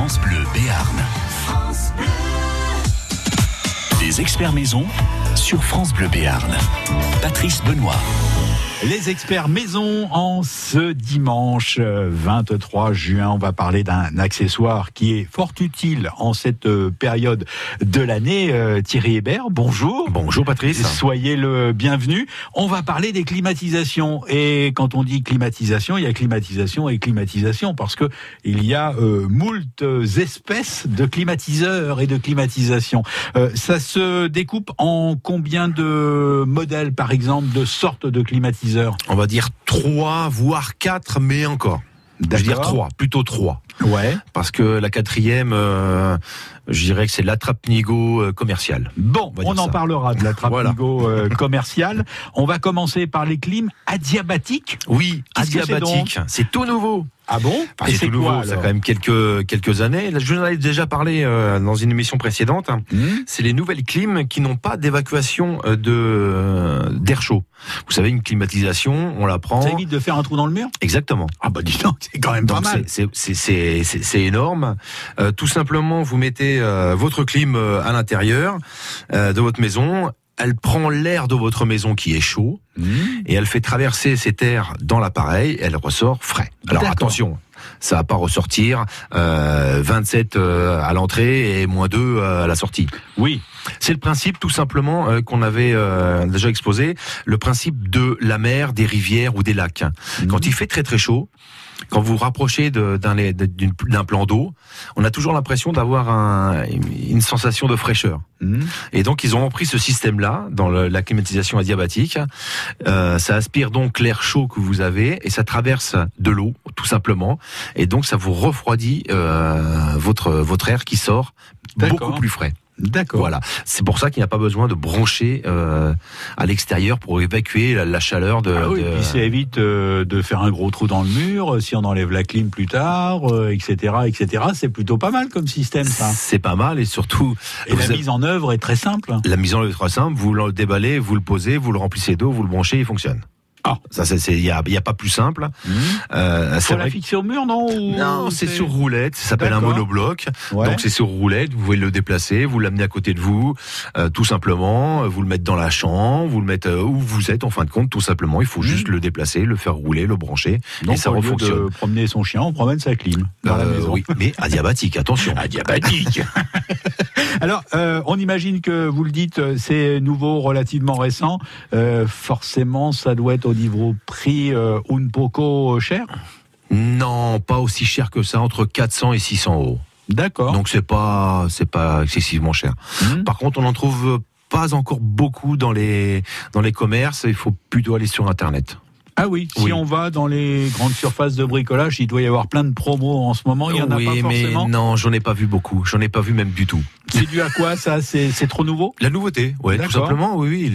France Bleu Béarn. Les experts maison sur France Bleu Béarn. Patrice Benoît. Les experts maison en ce dimanche 23 juin. On va parler d'un accessoire qui est fort utile en cette période de l'année. Thierry Hébert, bonjour. Bonjour Patrice. Soyez le bienvenu. On va parler des climatisations. Et quand on dit climatisation, il y a climatisation et climatisation parce que il y a moult espèces de climatiseurs et de climatisation. Ça se découpe en combien de modèles, par exemple, de sortes de climatiseurs? On va dire 3, voire 4, mais encore. D'accord. Je veux dire 3, plutôt 3. Ouais. Parce que la 4e, je dirais que c'est l'attrape-nigo commercial. Bon, on en parlera de l'attrape-nigo commercial. On va commencer par les clims adiabatiques. Oui, adiabatiques. C'est tout nouveau. Ah bon? Enfin, c'est tout nouveau, ça a quand même quelques années. Là, je vous en avais déjà parlé dans une émission précédente. C'est les nouvelles clims qui n'ont pas d'évacuation d'air chaud. Vous savez, une climatisation, on la prend. Ça évite de faire un trou dans le mur? Exactement. Ah bah dis donc, c'est quand même pas mal. C'est énorme. Tout simplement, vous mettez votre clim à l'intérieur de votre maison. Elle prend l'air de votre maison qui est chaud et elle fait traverser cet air dans l'appareil et elle ressort frais. Alors attention, ça va pas ressortir 27 à l'entrée et -2 à la sortie. Oui. C'est le principe tout simplement qu'on avait déjà exposé, le principe de la mer, des rivières ou des lacs. Quand il fait très très chaud, quand vous vous rapprochez d'un plan d'eau, on a toujours l'impression d'avoir une sensation de fraîcheur. Et donc ils ont repris ce système-là dans la climatisation adiabatique. Ça aspire donc l'air chaud que vous avez et ça traverse de l'eau tout simplement. Et donc ça vous refroidit votre air qui sort beaucoup plus frais. D'accord. Voilà. C'est pour ça qu'il n'y a pas besoin de brancher à l'extérieur pour évacuer la chaleur de. Ah oui, et puis ça évite de faire un gros trou dans le mur si on enlève la clim plus tard, etc., etc. C'est plutôt pas mal comme système, ça. C'est pas mal et surtout. Et la mise en œuvre est très simple. La mise en œuvre est très simple. Vous le déballez, vous le posez, vous le remplissez d'eau, vous le branchez, il fonctionne. Ah, ça il y a pas plus simple. Faut la fixer au mur, non? Non, c'est sur roulette. Ça s'appelle un monobloc. Ouais. Donc c'est sur roulette. Vous pouvez le déplacer, vous l'amener à côté de vous, tout simplement. Vous le mettre dans la chambre, vous le mettre où vous êtes. En fin de compte, tout simplement, il faut juste le déplacer, le faire rouler, le brancher, donc, et ça refonctionne. Au lieu de promener son chien, on promène sa clim dans la maison. Oui, mais adiabatique, attention. Adiabatique. Alors, on imagine que vous le dites, c'est nouveau, relativement récent. Forcément, ça doit être au niveau prix un poco cher? Non, pas aussi cher que ça, entre 400 et 600 euros. D'accord. Donc c'est pas excessivement cher. Par contre, on n'en trouve pas encore beaucoup dans les commerces. Il faut plutôt aller sur Internet. Ah oui, si on va dans les grandes surfaces de bricolage, il doit y avoir plein de promos en ce moment, il y en a pas forcément. Oui, mais non, j'en ai pas vu beaucoup, j'en ai pas vu même du tout. C'est dû à quoi ça? C'est trop nouveau? La nouveauté, ouais, tout simplement. Oui,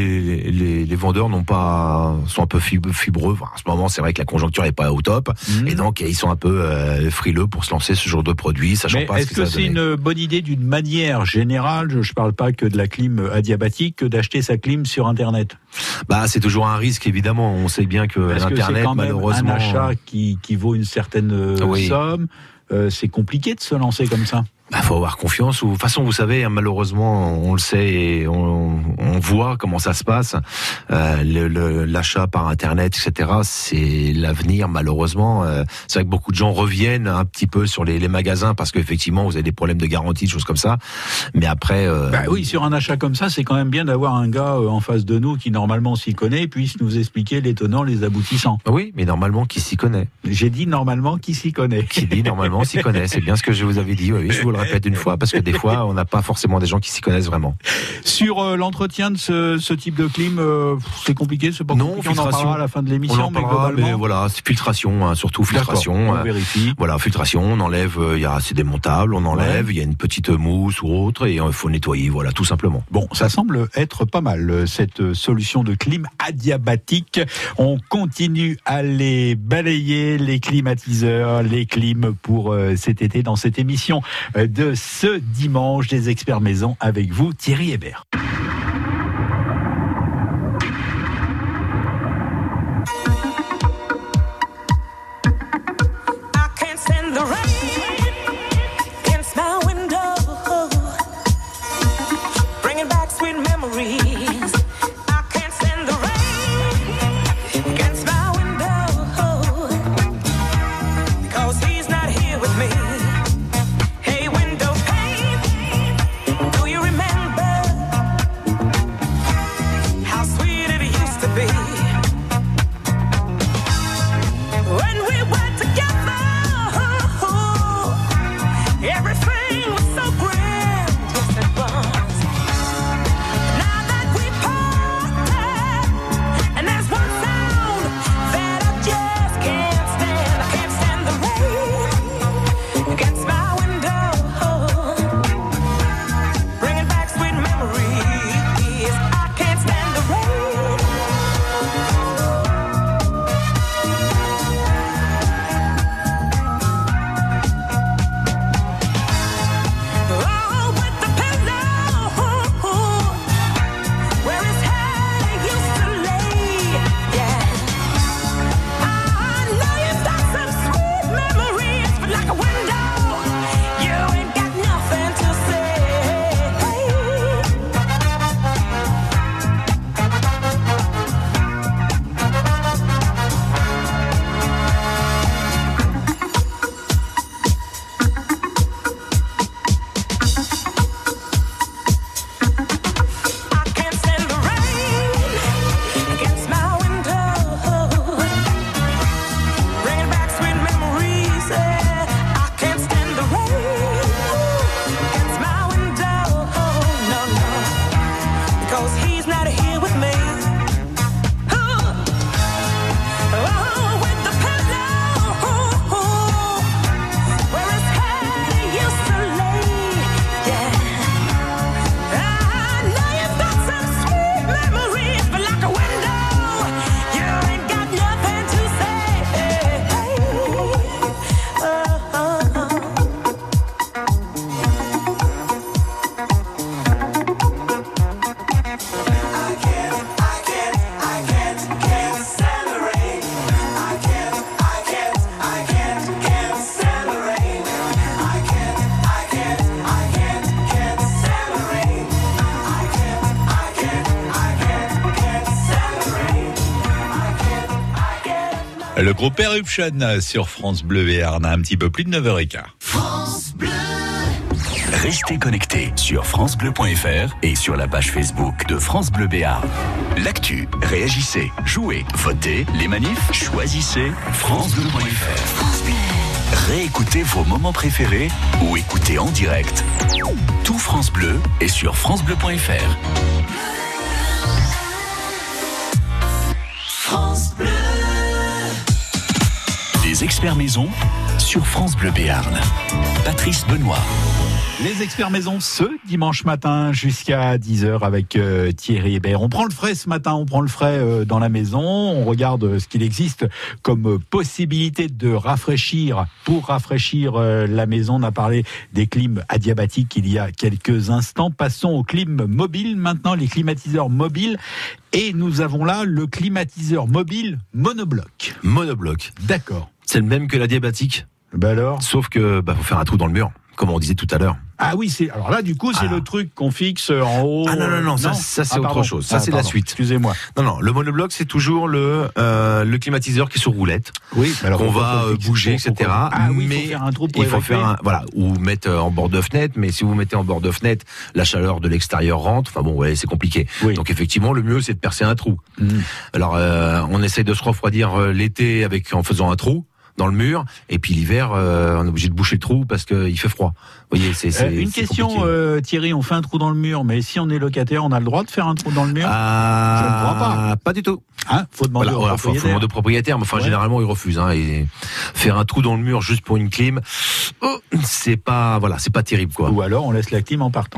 les vendeurs sont un peu fibreux. Enfin, en ce moment, c'est vrai que la conjoncture n'est pas au top, et donc ils sont un peu frileux pour se lancer ce genre de produit, sachant pas ce que ça va donner. Est-ce que c'est une bonne idée d'une manière générale, je parle pas que de la clim adiabatique, que d'acheter sa clim sur Internet? Bah, c'est toujours un risque, évidemment. On sait bien que l'Internet, malheureusement, un achat qui vaut une certaine somme. C'est compliqué de se lancer comme ça. Faut avoir confiance. De toute façon, vous savez, malheureusement, on le sait et on voit comment ça se passe. L'achat par Internet, etc., c'est l'avenir, malheureusement. C'est vrai que beaucoup de gens reviennent un petit peu sur les magasins parce qu'effectivement, vous avez des problèmes de garantie, des choses comme ça. Mais après... oui, sur un achat comme ça, c'est quand même bien d'avoir un gars en face de nous qui, normalement, s'y connaît et puisse nous expliquer les tenants, les aboutissants. Oui, mais normalement, qui s'y connaît. J'ai dit normalement qui s'y connaît. Qui dit normalement s'y connaît. C'est bien ce que je vous avais dit. Oui, je vous le répète une fois parce que des fois on n'a pas forcément des gens qui s'y connaissent vraiment. Sur l'entretien de ce type de clim, c'est compliqué, c'est pas compliqué. On en parlera à la fin de l'émission, mais globalement. Mais voilà, c'est filtration, surtout filtration. On vérifie. Voilà, filtration, on enlève, c'est démontable, on enlève, il y a une petite mousse ou autre et il faut nettoyer, voilà, tout simplement. Bon, ça semble être pas mal cette solution de clim adiabatique. On continue à les balayer, les climatiseurs, les clims pour cet été dans cette émission de ce dimanche des experts maison avec vous, Thierry Hébert. groupe Eruption sur France Bleu Béarn, un petit peu plus de 9h15. France Bleu. Restez connectés sur francebleu.fr et sur la page Facebook de France Bleu Béarn. L'actu, réagissez, jouez, votez, les manifs, choisissez francebleu.fr. Réécoutez vos moments préférés ou écoutez en direct. Tout France Bleu est sur francebleu.fr. France Bleu. Les experts maison sur France Bleu Béarn. Patrice Benoît. Les experts maison ce dimanche matin jusqu'à 10h avec Thierry Hébert. On prend le frais ce matin, on prend le frais dans la maison, on regarde ce qu'il existe comme possibilité de rafraîchir. Pour rafraîchir la maison, on a parlé des clims adiabatiques il y a quelques instants. Passons aux clims mobiles maintenant, les climatiseurs mobiles. Et nous avons là le climatiseur mobile monobloc. Monobloc. D'accord. C'est le même que l'adiabatique. Bah alors ? Sauf que faut faire un trou dans le mur, comme on disait tout à l'heure. Ah oui, alors là du coup c'est le truc qu'on fixe en haut. Ah non, ça c'est autre chose. Ça c'est la suite. Excusez-moi. Non, le monobloc c'est toujours le climatiseur qui est sur roulette. Oui, alors qu'on va bouger, etc. Ah oui, mais il faut faire un trou pour évacuer. Ou mettre en bord de fenêtre. Mais si vous mettez en bord de fenêtre, la chaleur de l'extérieur rentre. Enfin bon, ouais, c'est compliqué. Oui. Donc effectivement, le mieux c'est de percer un trou. Alors on essaye de se refroidir l'été en faisant un trou dans le mur, et puis l'hiver, on est obligé de boucher le trou parce qu'il fait froid. Vous voyez, c'est une question, Thierry, on fait un trou dans le mur, mais si on est locataire, on a le droit de faire un trou dans le mur ? Je ne crois pas. Pas du tout. Faut demander au propriétaire. Faut demander au propriétaire, mais généralement, ils refusent. Et faire un trou dans le mur juste pour une clim, c'est pas terrible, quoi. Ou alors, on laisse la clim en partant.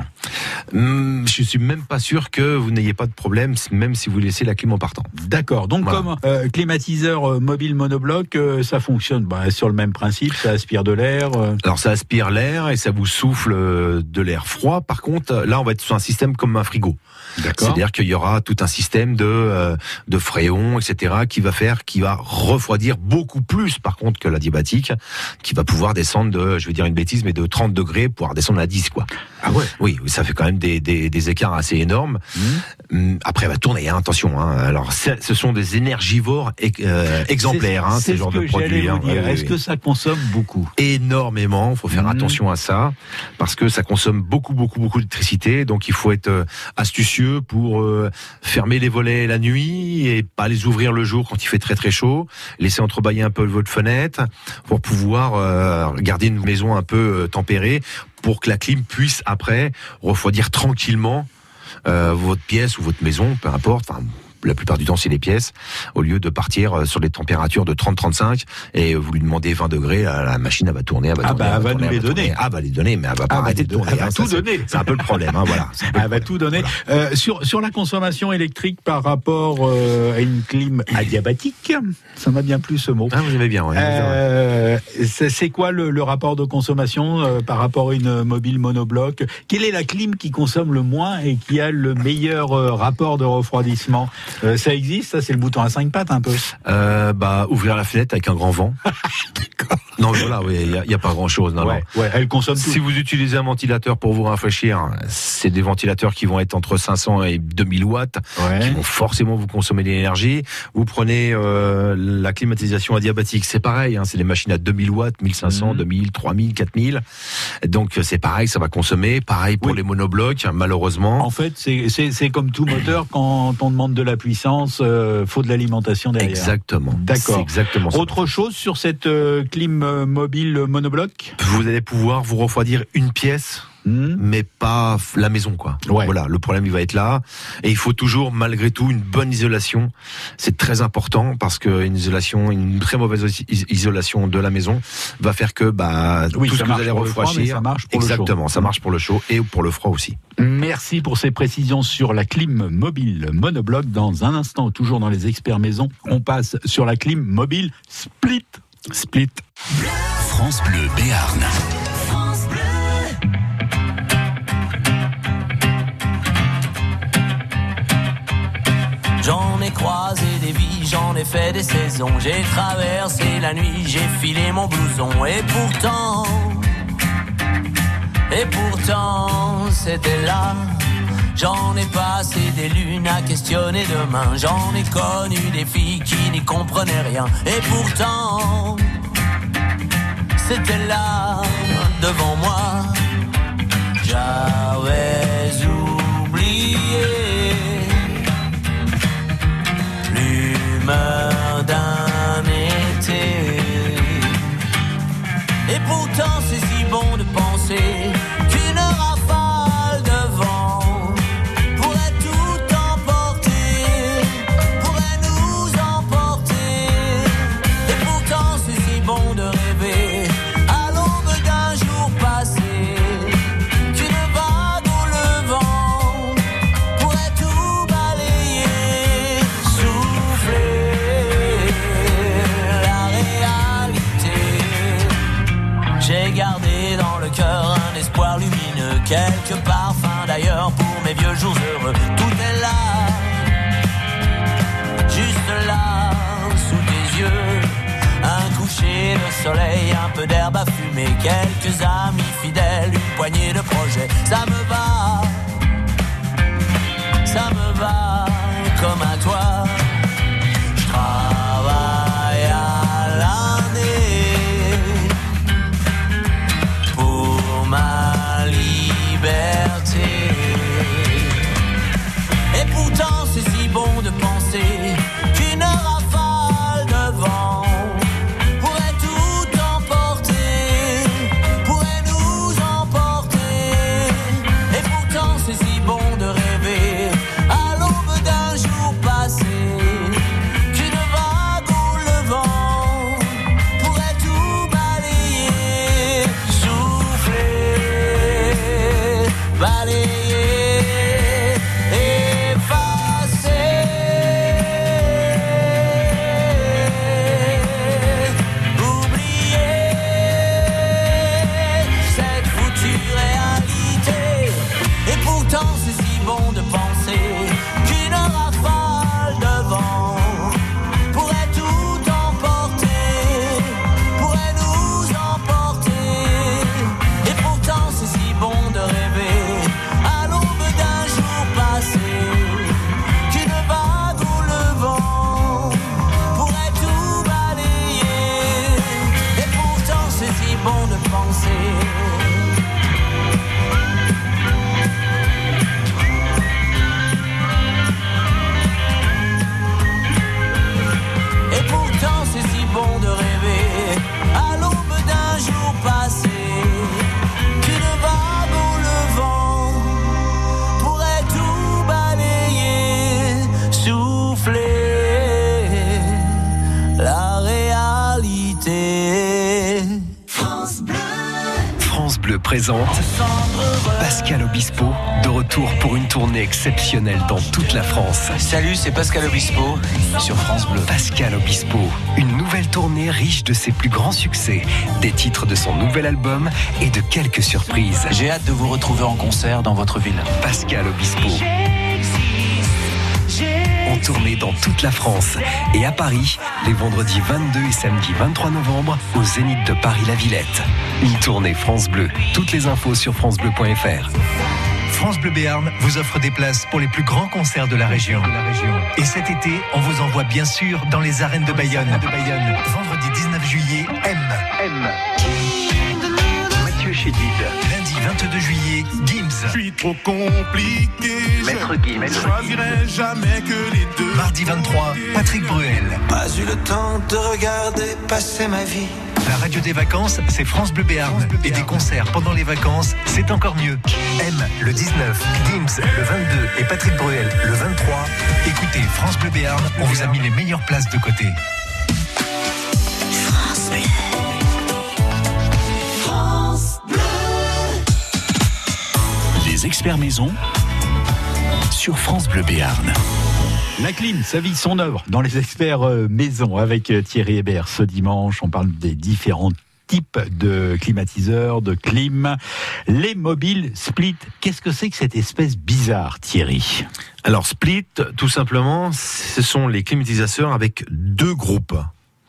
Je suis même pas sûr que vous n'ayez pas de problème, même si vous laissez la clim en partant. D'accord. Donc, comme climatiseur mobile monobloc, ça fonctionne sur le même principe, ça aspire de l'air. Alors, ça aspire l'air et ça vous souffle de l'air froid. Par contre, là, on va être sur un système comme un frigo. D'accord. C'est-à-dire qu'il y aura tout un système de fréons, etc., qui va refroidir beaucoup plus, par contre, que l'adiabatique, qui va pouvoir descendre de, je vais dire une bêtise, mais de 30 degrés, pouvoir descendre à 10, quoi. Ah ouais. Oui, ça fait quand même des écarts assez énormes. Après, elle va tourner, attention. Alors, ce sont des énergivores exemplaires, ces genres de produits. Est-ce que ça consomme beaucoup ? Énormément. Il faut faire attention à ça, parce que ça consomme beaucoup d'électricité. Donc, il faut être astucieux pour fermer les volets la nuit et pas les ouvrir le jour quand il fait très très chaud. Laisser entrebâiller un peu votre fenêtre pour pouvoir garder une maison un peu tempérée, pour que la clim puisse après refroidir tranquillement votre pièce ou votre maison, peu importe. La plupart du temps, c'est les pièces, au lieu de partir sur des températures de 30-35, et vous lui demandez 20 degrés, la machine, elle va tourner, elle va nous les donner. Elle va les donner, mais elle va pas arrêter de tourner. Elle va tout donner. C'est un peu le problème, voilà. Elle va tout donner. Voilà. Sur la consommation électrique par rapport à une clim adiabatique, ça m'a bien plu ce mot. Vous aimez bien, ouais. C'est quoi le rapport de consommation par rapport à une mobile monobloc ? Quelle est la clim qui consomme le moins et qui a le meilleur rapport de refroidissement ? Ça existe, ça c'est le bouton à 5 pattes un peu. Ouvrir la fenêtre avec un grand vent. D'accord. Non, voilà, il y a pas grand chose. Non. Elle consomme tout. Si vous utilisez un ventilateur pour vous rafraîchir, c'est des ventilateurs qui vont être entre 500 et 2000 watts, qui vont forcément vous consommer de l'énergie. Vous prenez la climatisation adiabatique, c'est pareil, c'est des machines à 2000 watts, 1500, 2000, 3000, 4000. Donc c'est pareil, ça va consommer. Pareil pour les monoblocs, malheureusement. En fait, c'est comme tout moteur, quand on demande de la puissance, faut de l'alimentation derrière. Exactement. D'accord. C'est exactement ça. Autre chose sur cette clim mobile monobloc ? Vous allez pouvoir vous refroidir une pièce, mais pas la maison, quoi. Ouais. Voilà, le problème il va être là. Et il faut toujours, malgré tout, une bonne isolation. C'est très important, parce que une très mauvaise isolation de la maison va faire que tout ce que vous allez refroidir, ça marche pour exactement, le chaud. Ça marche pour le chaud et pour le froid aussi. Merci pour ces précisions sur la clim mobile monobloc. Dans un instant, toujours dans les experts maison, on passe sur la clim mobile Split. France Bleu Béarn. France Bleu. J'en ai croisé des vies, j'en ai fait des saisons. J'ai traversé la nuit, j'ai filé mon blouson. Et pourtant, c'était là. J'en ai passé des lunes à questionner demain. J'en ai connu des filles qui n'y comprenaient rien. Et pourtant, c'était là, devant moi. J'avais oublié l'humeur d'un été. Et pourtant c'est si bon de penser qu'une rafale de vent pourrait tout emporter, pourrait nous emporter. Et pourtant c'est si bon de rêver à l'aube d'un jour passé qu'une vague au levant pourrait tout balayer, souffler la réalité. J'ai gardé dans le cœur un espoir lumineux, quelques parfums d'ailleurs pour mes vieux jours heureux. Tout est là, juste là, sous tes yeux. Un coucher de soleil, un peu d'herbe à fumer, quelques amis fidèles, une poignée de projets. Ça me va comme à toi. Je travaille à l'année pour ma liberté. Et pourtant c'est si bon de penser qu'une rafale de vent pourrait tout emporter, pourrait nous emporter. Et pourtant c'est si bon de rêver à l'aube d'un jour passé qu'une vague au levant pourrait tout balayer, souffler, balayer, effacer, oublier cette foutue réalité. Et pourtant c'est si bon de penser qu'une rafale de vent pourrait tout emporter, pourrait nous emporter. Et pourtant c'est si bon de rêver à l'aube d'un jour passé qu'une vague au levant pourrait tout balayer. Et pourtant c'est si bon de penser. Et pourtant c'est si bon de rêver à l'aube d'un jour passé qu'une vague au levant pourrait tout balayer, souffler la réalité. France Bleu présente Pascal Obispo, de retour pour une tournée exceptionnelle dans toute la France. Salut, c'est Pascal Obispo sur France Bleu. Pascal Obispo, une nouvelle tournée riche de ses plus grands succès, des titres de son nouvel album et de quelques surprises. J'ai hâte de vous retrouver en concert dans votre ville. Pascal Obispo, en tournée dans toute la France et à Paris, les vendredis 22 et samedi 23 novembre, au Zénith de Paris-La Villette. Une tournée France Bleu. Toutes les infos sur francebleu.fr. France Bleu Béarn vous offre des places pour les plus grands concerts de la région. Et cet été, on vous envoie bien sûr dans les arènes de Bayonne. Vendredi 19 juillet, M. Mathieu Chédid. Lundi 22 juillet, Gims. Je suis trop compliqué. Maître Gims. Je choisirai jamais que les deux. Mardi 23, Patrick Bruel. Pas eu le temps de regarder passer ma vie. La radio des vacances, c'est France Bleu Béarn. Et des concerts pendant les vacances, c'est encore mieux. M le 19, Gims le 22 et Patrick Bruel le 23. Écoutez France Bleu Béarn, on vous a mis les meilleures places de côté. France Bleu. France Bleu. Les experts maison sur France Bleu Béarn. La clim, sa vie, son œuvre, dans les experts maison avec Thierry Hébert. Ce dimanche, on parle des différents types de climatiseurs, de clim. Les mobiles split, qu'est-ce que c'est que cette espèce bizarre, Thierry ? Alors split, tout simplement, ce sont les climatiseurs avec deux groupes.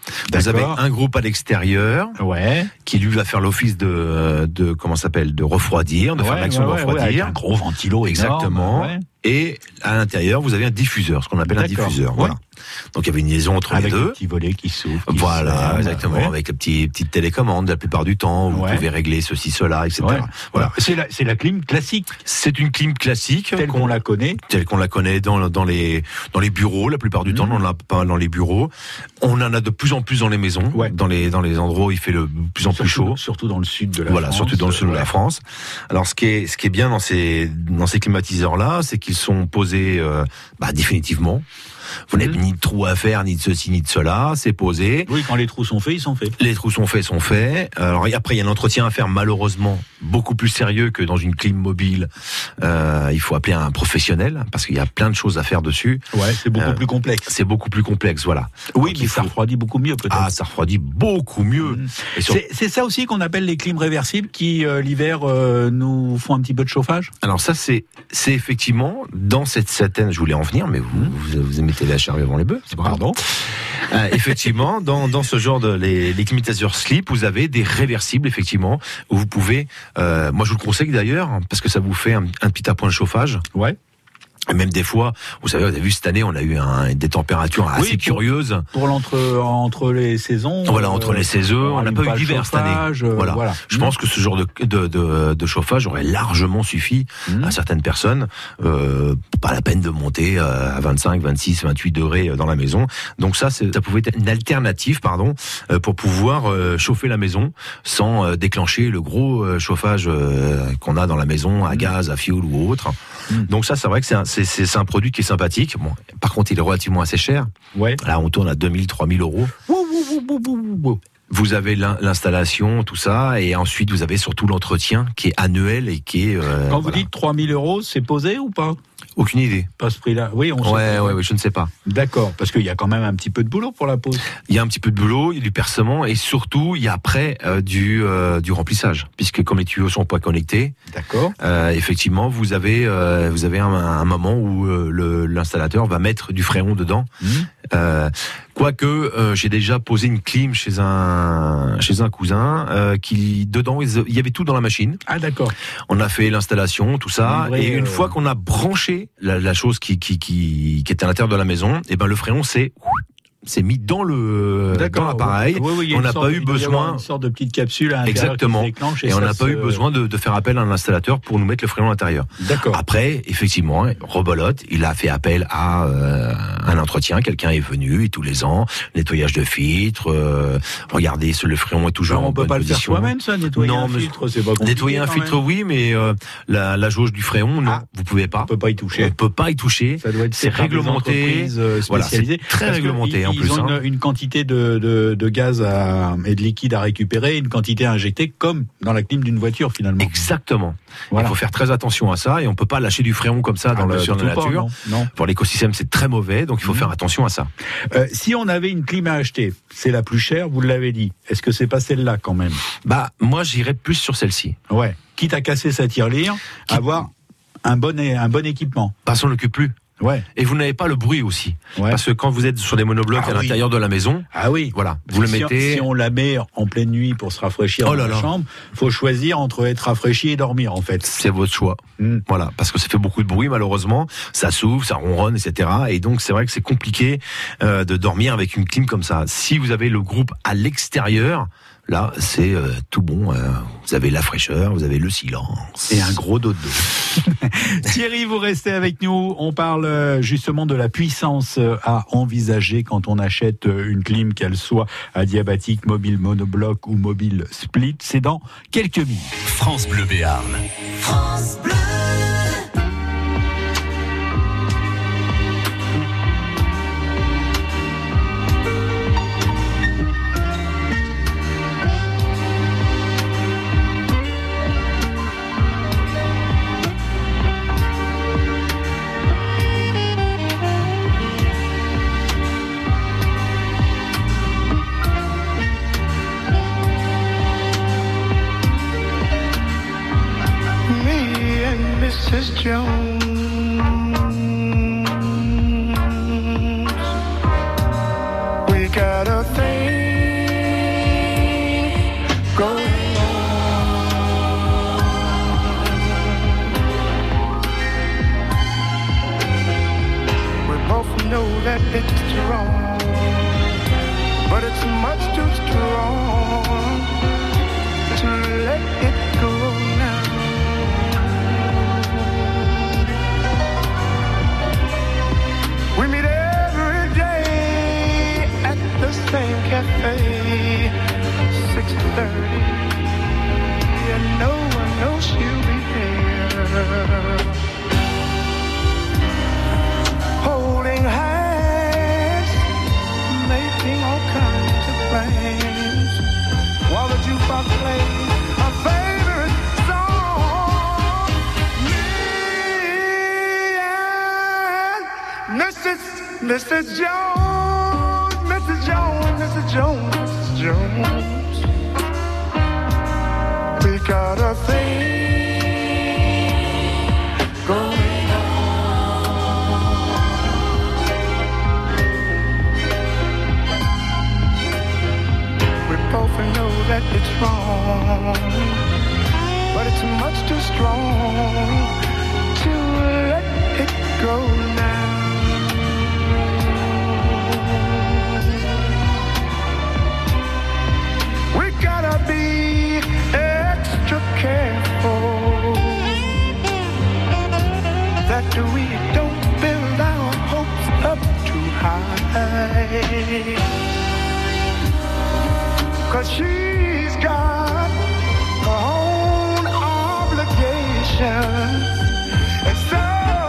Vous avez un groupe à l'extérieur qui lui va faire l'office de comment ça s'appelle, de refroidir, de faire l'action de refroidir. Avec un gros ventilo exactement. Énorme, Et à l'intérieur, vous avez un diffuseur, ce qu'on appelle un diffuseur. Voilà. Donc il y avait une liaison entre les deux. Avec le petit volet qui s'ouvre. Voilà, exactement. Avec la petite télécommande la plupart du temps. Vous pouvez régler ceci, cela, etc. Voilà. C'est la clim classique. C'est une clim classique. Telle qu'on la connaît. Telle qu'on la connaît dans les bureaux. La plupart du temps, on n'en a pas dans les bureaux. On en a de plus en plus dans les maisons. Dans les endroits où il fait de plus en plus chaud. Surtout dans le sud de la France. Voilà, surtout dans le sud de la France. Alors ce qui est bien dans ces climatiseurs-là, c'est qu'ils sont posés définitivement. Vous n'avez ni de trous à faire, ni de ceci, ni de cela. C'est posé. Oui, quand les trous sont faits, ils sont faits. Les trous sont faits. Alors après, il y a un entretien à faire, malheureusement, beaucoup plus sérieux que dans une clim mobile. Il faut appeler un professionnel, parce qu'il y a plein de choses à faire dessus. Ouais, c'est beaucoup plus complexe. C'est beaucoup plus complexe, voilà. Oui, mais ça refroidit beaucoup mieux, peut-être. Ah, ça refroidit beaucoup mieux. Et c'est ça aussi qu'on appelle les clims réversibles qui, l'hiver, nous font un petit peu de chauffage? Alors ça, c'est effectivement, dans cette certaine, je voulais en venir, mais vous mettez la charrue avant les bœufs. Pardon. Effectivement, dans ce genre les climatiseurs slip, vous avez des réversibles, effectivement, où vous pouvez, moi je vous le conseille d'ailleurs, parce que ça vous fait un petit appoint de chauffage. Ouais. Et même des fois, vous savez, on a vu cette année, on a eu des températures assez curieuses. Pour entre les saisons. Voilà, entre les saisons, on n'a pas eu d'hiver cette année. Voilà. Je pense que ce genre de chauffage aurait largement suffi à certaines personnes. Pas la peine de monter à 25, 26, 28 degrés dans la maison. Donc ça pouvait être une alternative, pour pouvoir chauffer la maison sans déclencher le gros chauffage qu'on a dans la maison à gaz, à fioul ou autre. Donc ça, c'est vrai que c'est un produit qui est sympathique. Bon, par contre, il est relativement assez cher. Ouais. Là, on tourne à 2000, 3000 euros. Vous avez l'installation, tout ça, et ensuite vous avez surtout l'entretien qui est annuel et qui est... Quand vous dites 3000 euros, c'est posé ou pas? Aucune idée. Pas ce prix-là. Oui, je ne sais pas. D'accord, parce qu'il y a quand même un petit peu de boulot pour la pose. Il y a un petit peu de boulot, il y a du percement, et surtout, il y a après du remplissage, puisque comme les tuyaux sont pas connectés, d'accord. Effectivement, vous avez un moment où l'installateur va mettre du fréon dedans. Quoique j'ai déjà posé une clim chez un cousin qui dedans il y avait tout dans la machine. Ah d'accord. On a fait l'installation, tout ça, et une fois qu'on a branché la chose qui était à l'intérieur de la maison, et ben le fréon c'est mis dans l'appareil. Oui, on n'a pas eu besoin une sorte de petite capsule à l'intérieur. Exactement. Qui se déclenche et on n'a pas eu besoin de faire appel à un installateur pour nous mettre le fréon à l'intérieur. D'accord. Après, effectivement, rebolote, il a fait appel à un entretien. Quelqu'un est venu et tous les ans, nettoyage de filtres. Regardez, le fréon est toujours en bonne position. On peut pas le faire soi-même, ça, nettoyer un filtre, c'est pas compliqué. Nettoyer un filtre, oui, mais la jauge du fréon, non, vous pouvez pas. On peut pas y toucher. On peut pas y toucher. Ça doit être c'est réglementé. Voilà, c'est très réglementé. Ils ont une quantité de gaz et de liquide à récupérer, une quantité à injecter, comme dans la clim d'une voiture finalement. Exactement. Voilà. Il faut faire très attention à ça, et on peut pas lâcher du fréon comme ça dans la nature. Non. Pour l'écosystème, c'est très mauvais, donc il faut faire attention à ça. Si on avait une clim à acheter, c'est la plus chère, vous l'avez dit. Est-ce que c'est pas celle-là quand même? Moi j'irais plus sur celle-ci. Ouais. Quitte à casser sa tirelire, avoir un bon équipement. Parce qu'on l'occupe plus. Ouais. Et vous n'avez pas le bruit aussi. Ouais. Parce que quand vous êtes sur des monoblocs à l'intérieur de la maison. Ah oui. Voilà. Vous le mettez. Si on la met en pleine nuit pour se rafraîchir dans la chambre, faut choisir entre être rafraîchi et dormir, en fait. C'est votre choix. Voilà. Parce que ça fait beaucoup de bruit, malheureusement. Ça s'ouvre, ça ronronne, etc. Et donc, c'est vrai que c'est compliqué, de dormir avec une clim comme ça. Si vous avez le groupe à l'extérieur, là, c'est tout bon. Vous avez la fraîcheur, vous avez le silence. Et un gros dodo. Thierry, vous restez avec nous. On parle justement de la puissance à envisager quand on achète une clim, qu'elle soit adiabatique, mobile monobloc ou mobile split. C'est dans quelques minutes. France Bleu Béarn. France Bleu. Mrs. Jones, we got a thing that it's wrong, but it's much too strong to let it go now. We meet every day at the same cafe, 6:30, and no one knows she'll be there. Holding hands, making all kinds of plans, while the jukebox plays our favorite song. Me and Mrs. Jones, Mrs. Jones, Mrs. Jones, Mrs. Jones. We got a thing going on. We both know that it's wrong, but it's much too strong to let it go now. We gotta be extra careful that we don't build our hopes up too high, 'cause she's got her own obligations, and so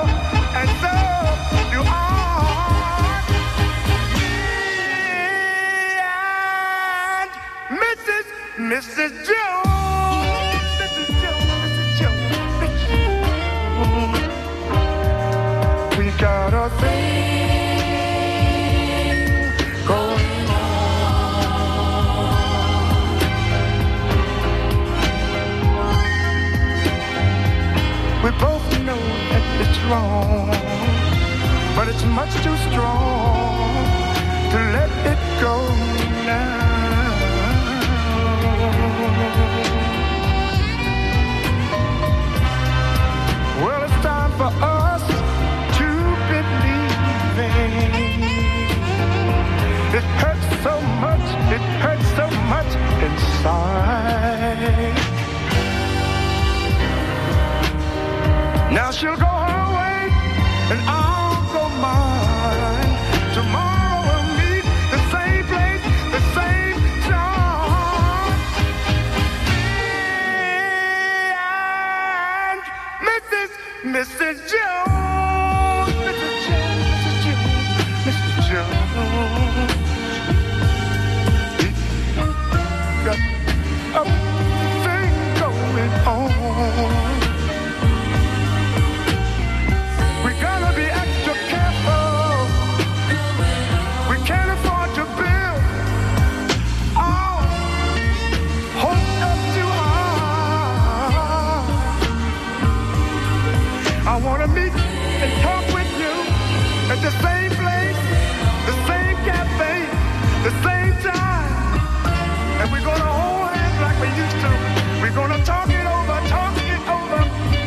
do I. Me and Mrs. Jones, Mrs. Jones, Mrs. Jones, Mrs. Jones. We got a thing going on. We both know that it's wrong, but it's much too strong to let it go now. Well, it's time for us to believe. It hurts so much inside. Now she'll go her way and I'll go mine. Tomorrow we'll meet the same place, the same time. And Mrs. Jones, Mrs. Jones, Mrs. Jones, Mrs. Jones. Got a thing going on. We gotta be extra careful. We can't afford to build our hopes up too high. I wanna meet and talk with you at the same place, the same cafe, the same time. And we're gonna hold hands like we used to. We're gonna talk it over, talk it over.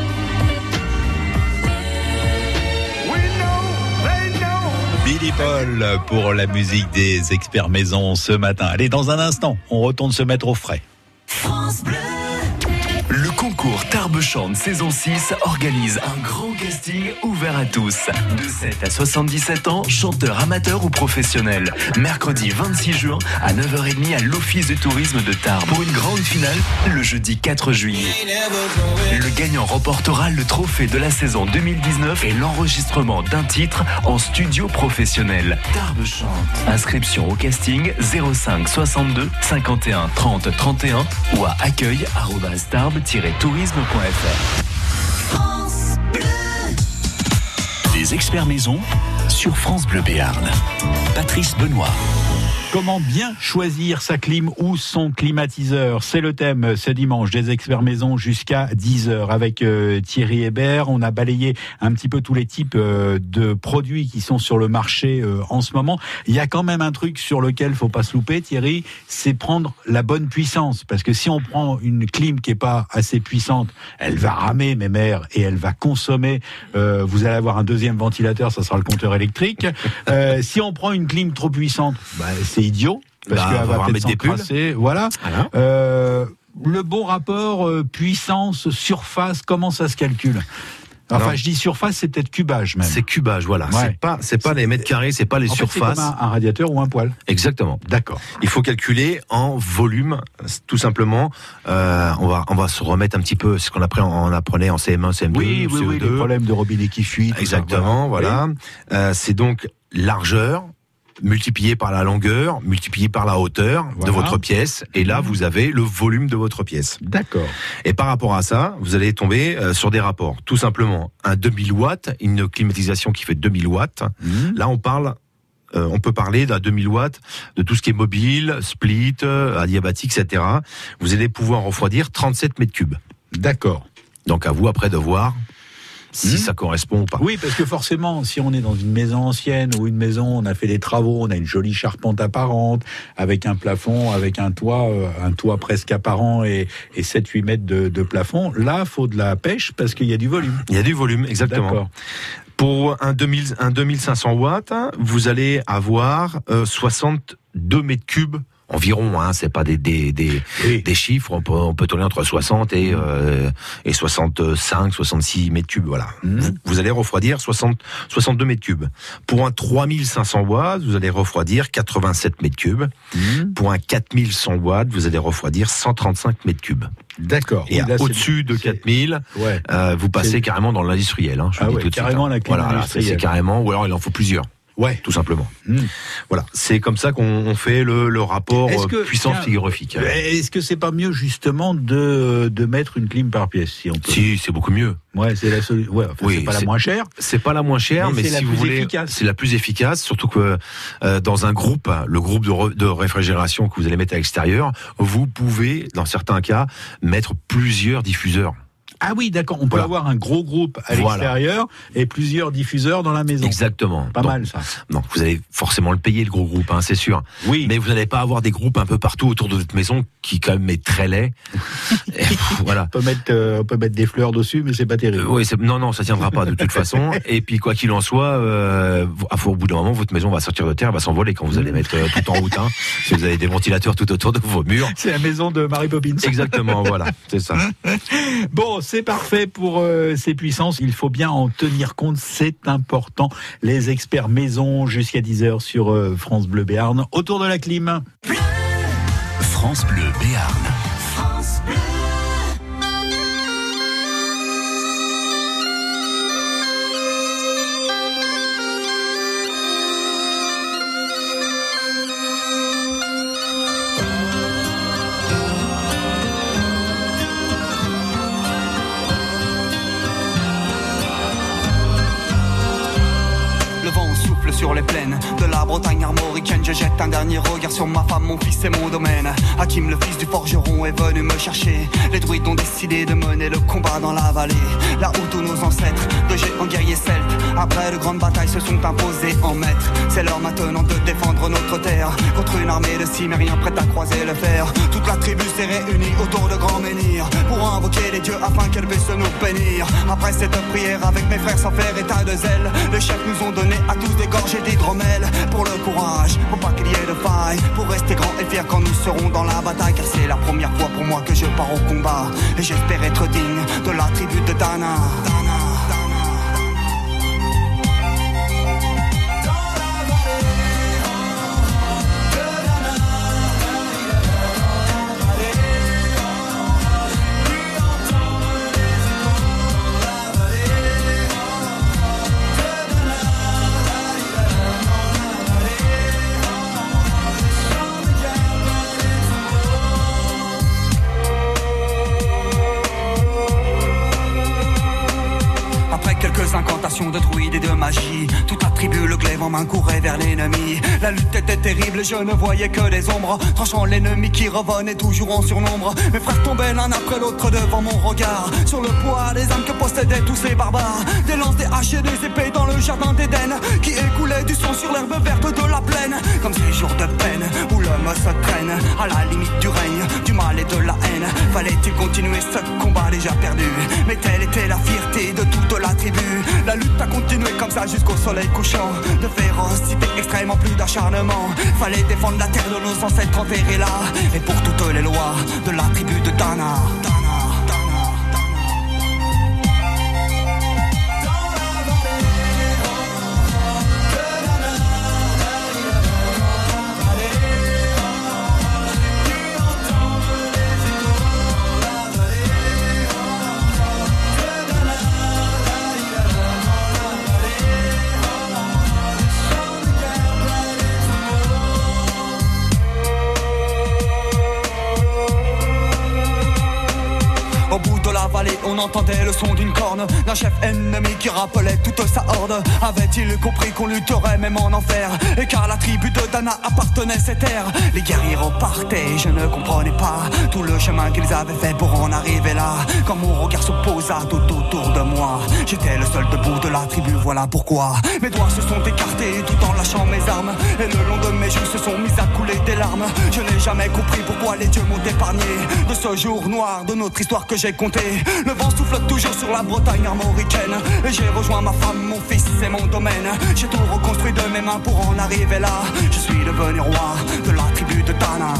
We know, they know. Billy Paul pour la musique des experts maison ce matin. Allez, dans un instant, on retourne se mettre au frais. France Bleu. Le concours Tarbes chante saison 6 organise un grand casting ouvert à tous. De 7 à 77 ans, chanteurs amateurs ou professionnels. Mercredi 26 juin à 9h30 à l'Office de tourisme de Tarbes. Pour une grande finale, le jeudi 4 juillet. Le gagnant remportera le trophée de la saison 2019 et l'enregistrement d'un titre en studio professionnel. Tarbes chante. Inscription au casting 05 62 51 30 31 ou à accueil@tarbes-tourisme.fr. France Bleu. Les experts maison sur France Bleu Béarn. Patrice Benoît. Comment bien choisir sa clim ou son climatiseur? C'est le thème ce dimanche des experts maison jusqu'à 10h avec Thierry Hébert. On a balayé un petit peu tous les types de produits qui sont sur le marché en ce moment. Il y a quand même un truc sur lequel faut pas se louper, Thierry, c'est prendre la bonne puissance. Parce que si on prend une clim qui est pas assez puissante, elle va ramer, mes mères, et elle va consommer. Vous allez avoir un deuxième ventilateur, ça sera le compteur électrique. Si on prend une clim trop puissante, c'est idiot, parce qu'elle va peut-être s'encrasser. Voilà. Le bon rapport puissance-surface, comment ça se calcule? Enfin, je dis surface, c'est peut-être cubage même. C'est cubage, voilà. Ouais. C'est pas les mètres carrés, c'est pas les surfaces. C'est comme un radiateur ou un poêle. Exactement. D'accord. Il faut calculer en volume, tout simplement. On va se remettre un petit peu ce qu'on apprenait en CM1, CM2, oui, CE2. Oui, les problèmes de robinet qui fuient. Exactement, voilà. C'est donc largeur multiplié par la longueur, multiplié par la hauteur de votre pièce, et là vous avez le volume de votre pièce. D'accord. Et par rapport à ça, vous allez tomber sur des rapports. Tout simplement, un 2000 watts, une climatisation qui fait 2000 watts. Là on peut parler d'un 2000 watts de tout ce qui est mobile, split, adiabatique, etc. Vous allez pouvoir refroidir 37 mètres cubes. D'accord. Donc à vous après de voir si ça correspond ou pas. Oui, parce que forcément, si on est dans une maison ancienne ou une maison, on a fait des travaux, on a une jolie charpente apparente, avec un plafond, avec un toit presque apparent et 7-8 mètres de plafond, là, faut de la pêche parce qu'il y a du volume. Il y a du volume, exactement. D'accord. Pour un 2500 watts, vous allez avoir 62 mètres cubes environ, c'est pas des chiffres, on peut tourner entre 60 et 65, 66 mètres cubes, voilà. Vous allez refroidir 62 mètres cubes. Pour un 3500 watts, vous allez refroidir 87 mètres cubes. Pour un 4100 watts, vous allez refroidir 135 mètres cubes. D'accord. Et là, au-dessus de 4000, vous passez carrément dans l'industriel, je vous dis tout de carrément suite. La clim industrielle. C'est carrément, ou alors il en faut plusieurs. Ouais, tout simplement. Voilà, c'est comme ça qu'on fait le rapport puissance frigorifique. Est-ce que c'est pas mieux justement de mettre une clim par pièce, si on peut? Si, c'est beaucoup mieux. Ouais, c'est la solution. Ouais, enfin, c'est pas la moins chère. C'est pas la moins chère, mais si vous voulez, c'est la plus efficace. Surtout que dans un groupe, le groupe de réfrigération que vous allez mettre à l'extérieur, vous pouvez, dans certains cas, mettre plusieurs diffuseurs. Ah oui, d'accord. On peut avoir un gros groupe à l'extérieur et plusieurs diffuseurs dans la maison. Exactement. Pas mal, ça. Donc, vous allez forcément le payer, le gros groupe, c'est sûr. Oui. Mais vous n'allez pas avoir des groupes un peu partout autour de votre maison qui, quand même, est très laid. Voilà. On peut mettre des fleurs dessus, mais c'est pas terrible. Oui, non, ça tiendra pas de toute façon. Et puis, quoi qu'il en soit, au bout d'un moment, votre maison va sortir de terre, elle va s'envoler quand vous allez mettre tout en route. Si vous avez des ventilateurs tout autour de vos murs. C'est la maison de Mary Poppins. Exactement, voilà. C'est ça. Bon, c'est parfait pour ces puissances. Il faut bien en tenir compte, c'est important. Les experts maison jusqu'à 10h sur France Bleu Béarn. Autour de la clim. France Bleu Béarn. France Bleu. Sur les plaines de la Bretagne armoricaine, je jette un dernier regard sur ma femme, mon fils et mon domaine. Hakim, le fils du forgeron, est venu me chercher. Les druides ont décidé de mener le combat dans la vallée, là où tous nos ancêtres, de géants guerriers celtes, après de grandes batailles, se sont imposés en maîtres. C'est l'heure maintenant de défendre notre terre contre une armée de cimériens prête à croiser le fer. Toute la tribu s'est réunie autour de grands menhirs pour invoquer les dieux afin qu'elle puisse nous bénir. Après cette prière avec mes frères sans faire état de zèle, les chefs nous ont donné à tous des gorgées d'hydromel pour le courage, pour pas qu'il y ait de faille, pour rester grand et fier quand nous serons dans la bataille, car c'est la première fois pour moi que je pars au combat et j'espère être digne de la tribu de Dana. constellation de druides et de magie. Toute la tribu, le glaive en main, courait vers l'ennemi. La lutte était terrible, je ne voyais que des ombres, tranchant l'ennemi qui revenait toujours en surnombre. Mes frères tombaient l'un après l'autre devant mon regard, sur le poids des âmes que possédaient tous ces barbares. Des lances, des haches et des épées dans le jardin d'Éden, qui écoulait du sang sur l'herbe verte de la plaine. Comme ces jours de peine où l'homme se traîne à la limite du règne, du mal et de la haine. Fallait-il continuer ce combat déjà perdu? Mais telle était la fierté de toute la tribu. La lutte a continué comme ça jusqu'au soleil couchant. De férocité extrême en plus d'acharnement. Fallait défendre la terre de nos ancêtres enterrés là. Et pour toutes les lois de la tribu de Dana. On entendait le son d'une corne d'un chef ennemi qui rappelait toute sa horde. Avait-il compris qu'on lutterait même en enfer? Et car la tribu de Dana appartenait à ces terres. Les guerriers repartaient, je ne comprenais pas tout le chemin qu'ils avaient fait pour en arriver là. Quand mon regard se posa tout autour de moi, j'étais le seul debout de la tribu, voilà pourquoi mes doigts se sont écartés tout en lâchant mes armes. Et le long de mes joues se sont mis à couler des larmes. Je n'ai jamais compris pourquoi les dieux m'ont épargné de ce jour noir de notre histoire que j'ai compté. Le vent souffle toujours sur la Bretagne armoricaine. Et j'ai rejoint ma femme, mon fils et mon domaine. J'ai tout reconstruit de mes mains pour en arriver là. Je suis devenu roi de la tribu de Dana.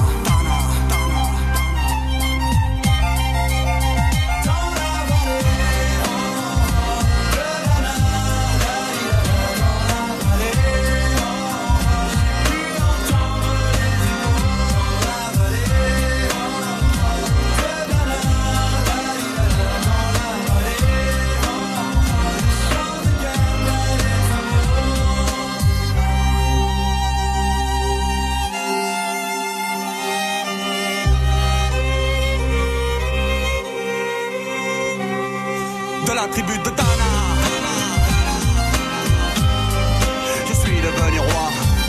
De la tribu de Dana, je suis devenu roi.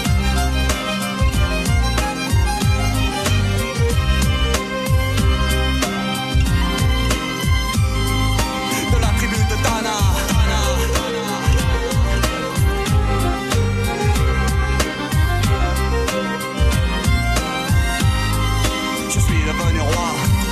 De la tribu de Dana. Je suis devenu roi.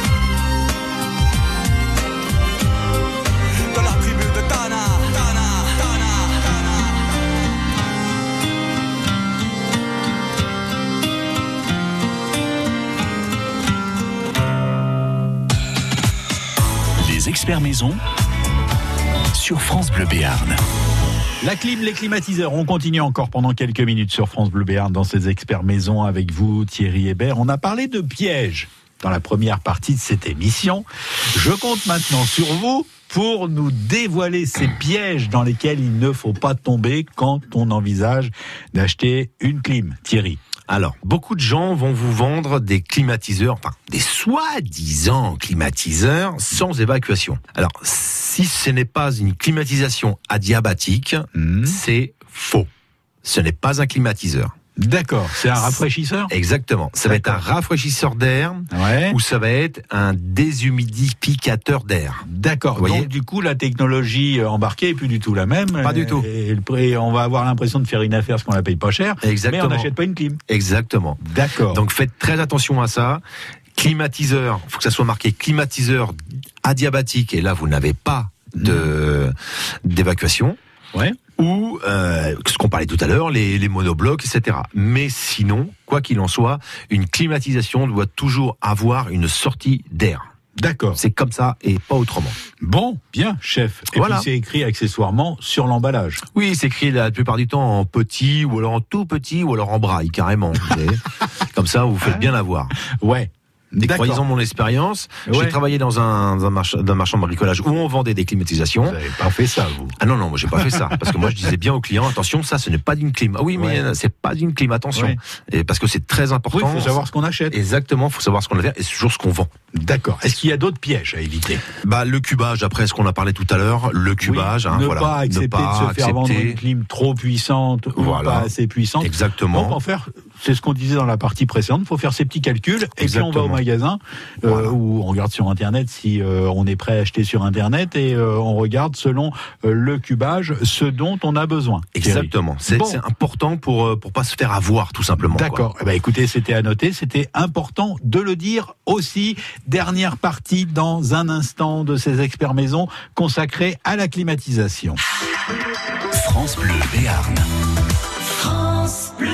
Les experts maison sur France Bleu Béarn. La clim, les climatiseurs, on continue encore pendant quelques minutes sur France Bleu Béarn dans ces experts maison avec vous, Thierry Hébert. On a parlé de pièges dans la première partie de cette émission. Je compte maintenant sur vous pour nous dévoiler ces pièges dans lesquels il ne faut pas tomber quand on envisage d'acheter une clim. Thierry. Alors, beaucoup de gens vont vous vendre des climatiseurs, enfin, des soi-disant climatiseurs sans évacuation. Alors, si ce n'est pas une climatisation adiabatique, c'est faux. Ce n'est pas un climatiseur. D'accord, c'est un rafraîchisseur ? Exactement. Ça va être un rafraîchisseur d'air, ou ça va être un déshumidificateur d'air. D'accord, donc du coup la technologie embarquée est plus du tout la même. Pas du tout. Et on va avoir l'impression de faire une affaire parce qu'on la paye pas cher, exactement. Mais on n'achète pas une clim. Exactement. D'accord. Donc faites très attention à ça. Climatiseur, il faut que ça soit marqué climatiseur adiabatique, et là vous n'avez pas d'évacuation. Ouais. Ou ce qu'on parlait tout à l'heure, les monoblocs, etc. Mais sinon, quoi qu'il en soit, une climatisation doit toujours avoir une sortie d'air. D'accord. C'est comme ça et pas autrement. Bon, bien, chef. Et voilà. Puis c'est écrit accessoirement sur l'emballage. Oui, c'est écrit la plupart du temps en petit, ou alors en tout petit, ou alors en braille, carrément. Comme ça, vous faites bien l'avoir. Ouais. Et D'accord. croyant mon expérience, Ouais. j'ai travaillé dans un marchand de bricolage où on vendait des climatisations. Vous n'avez pas fait ça, vous. Ah non, moi j'ai pas fait ça. Parce que moi je disais bien aux clients, attention, ça ce n'est pas d'une clim. Ah oui, mais Ouais. c'est pas d'une clim, attention. Ouais. Et parce que c'est très important. Oui, il faut savoir ce qu'on achète. Exactement, il faut savoir ce qu'on a fait et c'est toujours ce qu'on vend. D'accord. Est-ce qu'il y a d'autres pièges à éviter? Bah, le cubage, après ce qu'on a parlé tout à l'heure, le cubage, Oui, hein, ne voilà. pas accepter de se faire vendre une clim trop puissante ou Voilà. pas assez puissante. Exactement. Donc, en faire, c'est ce qu'on disait dans la partie précédente, il faut faire ses petits calculs et puis on va au Exactement. magasin ou on regarde sur Internet si on est prêt à acheter sur Internet et on regarde selon le cubage ce dont on a besoin. Exactement. C'est important pour pas se faire avoir, tout simplement. D'accord. Eh ben, écoutez, c'était à noter, c'était important de le dire aussi. Dernière partie dans un instant de ces experts maison consacrée à la climatisation. France Bleu Béarn. France Bleu.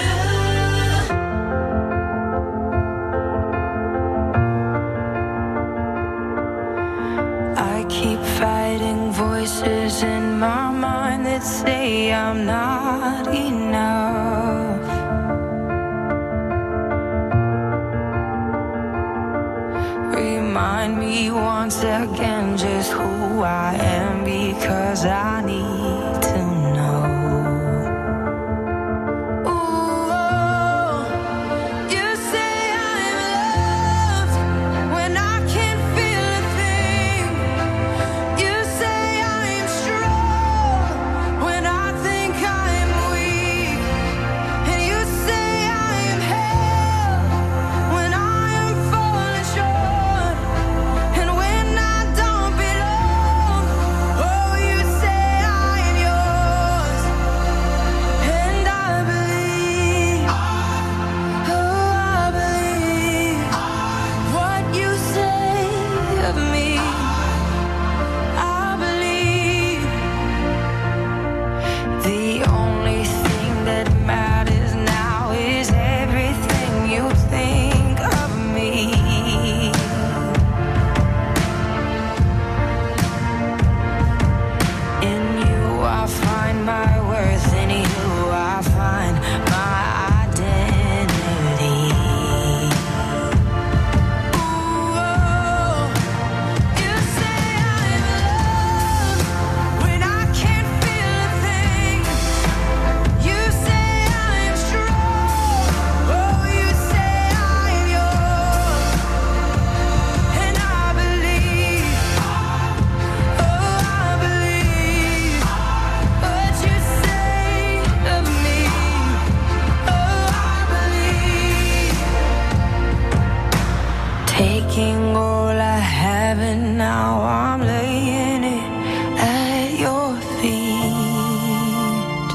I keep fighting voices in my mind that say I'm not enough. Remind me once again just who I am, because I need to know. Ooh, you say I'm loved when I can't feel a thing. You say I'm strong when I think I'm weak. And you say I'm held when I am falling short. And when I don't belong, oh, you say I'm yours. And I believe, oh, I believe what you say of me. I believe the only thing that matters now is everything you think of me. In you I find my worth, in you I find my identity. Ooh, you say I'm loved when I can't feel a thing. You say I'm strong, oh, you say I'm yours. And I believe, oh, I believe what you say of me. Oh, I believe. Taking all I have and now I'm laying it at your feet.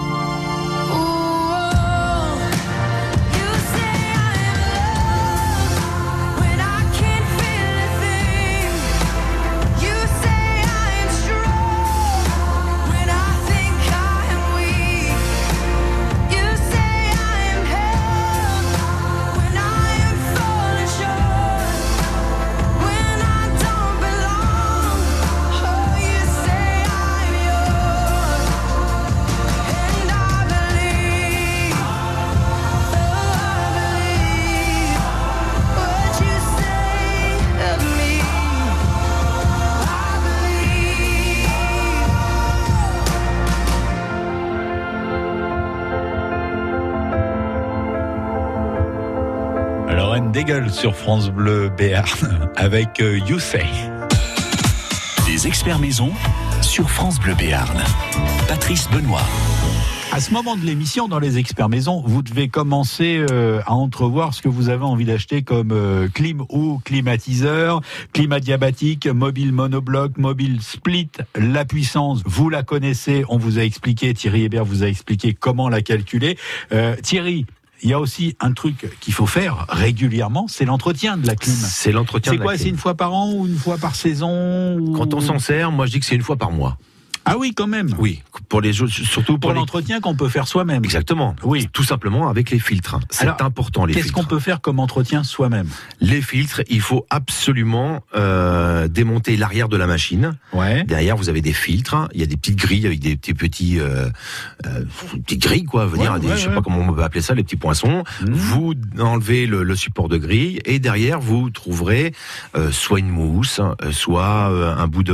Ooh, you say I'm loved when I can't feel a thing. You say I'm strong when I think I'm weak. You say I'm held when I am falling short. When I don't belong, oh, you say I'm yours. And I believe, oh, I believe what you say of me. I believe. Lorraine Daigle sur France Bleu Béarn avec You Say. Des experts maison sur France Bleu Béarn. Patrice Benoît. À ce moment de l'émission, dans les experts maison, vous devez commencer à entrevoir ce que vous avez envie d'acheter comme clim ou climatiseur, climat diabatique, mobile monobloc, mobile split. La puissance, vous la connaissez, on vous a expliqué, Thierry Hébert vous a expliqué comment la calculer. Thierry, il y a aussi un truc qu'il faut faire régulièrement, c'est l'entretien de la clim. C'est l'entretien de la C'est quoi, clim. c'est une fois par an ou une fois par saison ou... Quand on s'en sert, moi je dis que c'est une fois par mois. Ah oui, quand même. Oui, pour les jeux, surtout pour l'entretien qu'on peut faire soi-même. Exactement. Oui. Tout simplement avec les filtres. C'est important, les filtres. Qu'est-ce qu'on peut faire comme entretien soi-même? Les filtres, il faut absolument démonter l'arrière de la machine. Ouais. Derrière, vous avez des filtres. Il y a des petites grilles avec des petites grilles, quoi. Je sais pas comment on peut appeler ça, les petits poinçons. Vous enlevez le support de grille et derrière, vous trouverez soit une mousse, soit un bout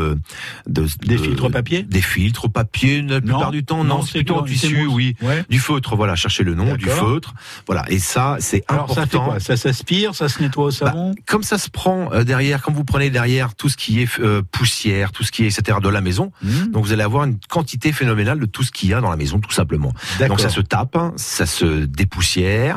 des filtres papier. Des filtres papier, la plupart du temps, non, c'est plutôt en tissu, oui. Ouais. Du feutre, voilà, cherchez le nom, du feutre. Voilà, et ça, c'est important. Ça fait quoi? Ça s'aspire, ça se nettoie au savon? Comme ça se prend derrière, comme vous prenez derrière tout ce qui est poussière, tout ce qui est, etc., de la maison, donc vous allez avoir une quantité phénoménale de tout ce qu'il y a dans la maison, tout simplement. Donc ça se tape, ça se dépoussière.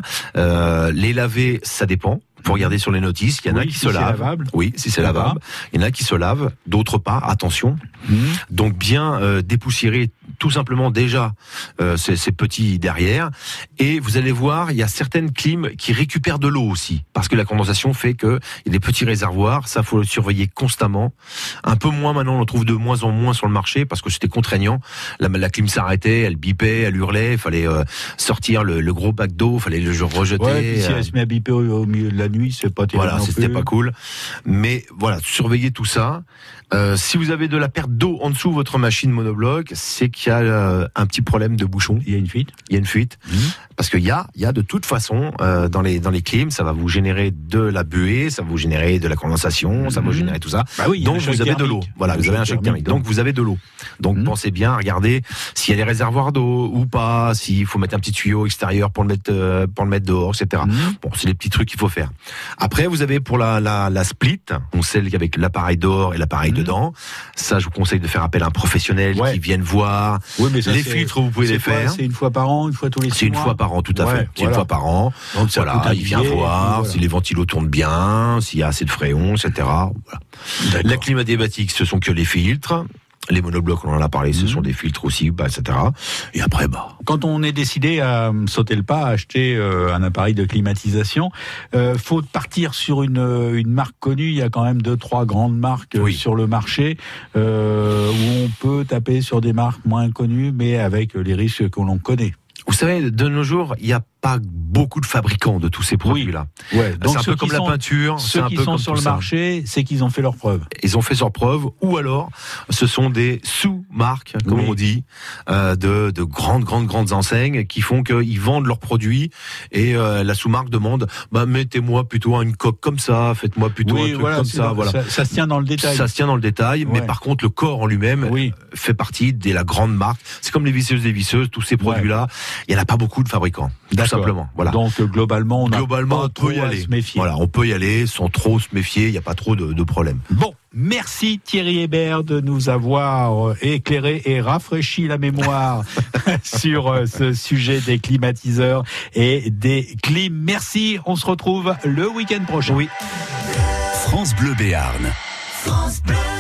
Les laver, ça dépend. Faut regarder sur les notices, il y en a qui se lavent. Oui, si c'est lavable. Il y en a qui se lavent, d'autres pas, attention. Donc bien dépoussiérer tout simplement déjà ces petits derrière. Et vous allez voir, il y a certaines clims qui récupèrent de l'eau aussi. Parce que la condensation fait qu'il y a des petits réservoirs, ça faut le surveiller constamment. Un peu moins maintenant, on en trouve de moins en moins sur le marché parce que c'était contraignant. La clim s'arrêtait, elle bipait, elle hurlait, il fallait sortir le gros bac d'eau, il fallait le rejeter. Ouais, puis si elle se met à biper au milieu de la nuit, c'est pas terrible. Voilà, c'était pas cool. Mais voilà, surveillez tout ça. Si vous avez de la perte d'eau en dessous de votre machine monobloc, c'est qu'il y a un petit problème de bouchon. Il y a une fuite. Il y a une fuite. Parce qu'il y a de toute façon dans les clims, ça va vous générer de la buée, ça va vous générer de la condensation, ça va vous générer tout ça. Bah oui, donc vous avez de l'eau. Voilà, vous avez un choc thermique. Donc vous avez de l'eau. Donc pensez bien à regarder s'il y a des réservoirs d'eau ou pas, s'il faut mettre un petit tuyau extérieur pour le mettre dehors, etc. Bon, c'est les petits trucs qu'il faut faire. Après, vous avez pour la split, celle avec l'appareil dehors et l'appareil dedans. Ça, je vous conseille de faire appel à un professionnel qui vienne voir. Oui, mais ça, les filtres, vous pouvez les faire. C'est une fois par an, une fois tous les 6 mois. C'est une fois par an, tout à fait. C'est une fois par an. Donc voilà, il vient voir si les ventilos tournent bien, s'il y a assez de fréons, etc. Voilà. La climatématique, ce sont que les filtres. Les monoblocs, on en a parlé, ce sont des filtres aussi, etc. Et après, quand on est décidé à sauter le pas, à acheter un appareil de climatisation, faut partir sur une marque connue. Il y a quand même 2-3 grandes marques sur le marché où on peut taper sur des marques moins connues, mais avec les risques que l'on connaît. Vous savez, de nos jours, il n'y a pas beaucoup de fabricants de tous ces produits-là. Ouais. Donc c'est un peu comme la peinture. Ceux qui sont sur le marché, c'est qu'ils ont fait leurs preuves. Ils ont fait leurs preuves, ou alors ce sont des sous-marques, comme on dit, de grandes enseignes qui font qu'ils vendent leurs produits et la sous-marque demande mettez-moi plutôt une coque comme ça, faites-moi plutôt un truc comme ça. Voilà. Ça se tient dans le détail. Ça se tient dans le détail, mais par contre le corps en lui-même fait partie de la grande marque. C'est comme les visseuses et visseuses, tous ces produits-là. Il n'y en a pas beaucoup de fabricants. Tout simplement. Voilà. Donc globalement, on peut y aller. Se méfier. Voilà, on peut y aller sans trop se méfier. Il n'y a pas trop de problèmes. Bon, merci Thierry Hébert de nous avoir éclairé et rafraîchi la mémoire sur ce sujet des climatiseurs et des clims. Merci. On se retrouve le week-end prochain. France Bleu Béarn. France Bleu.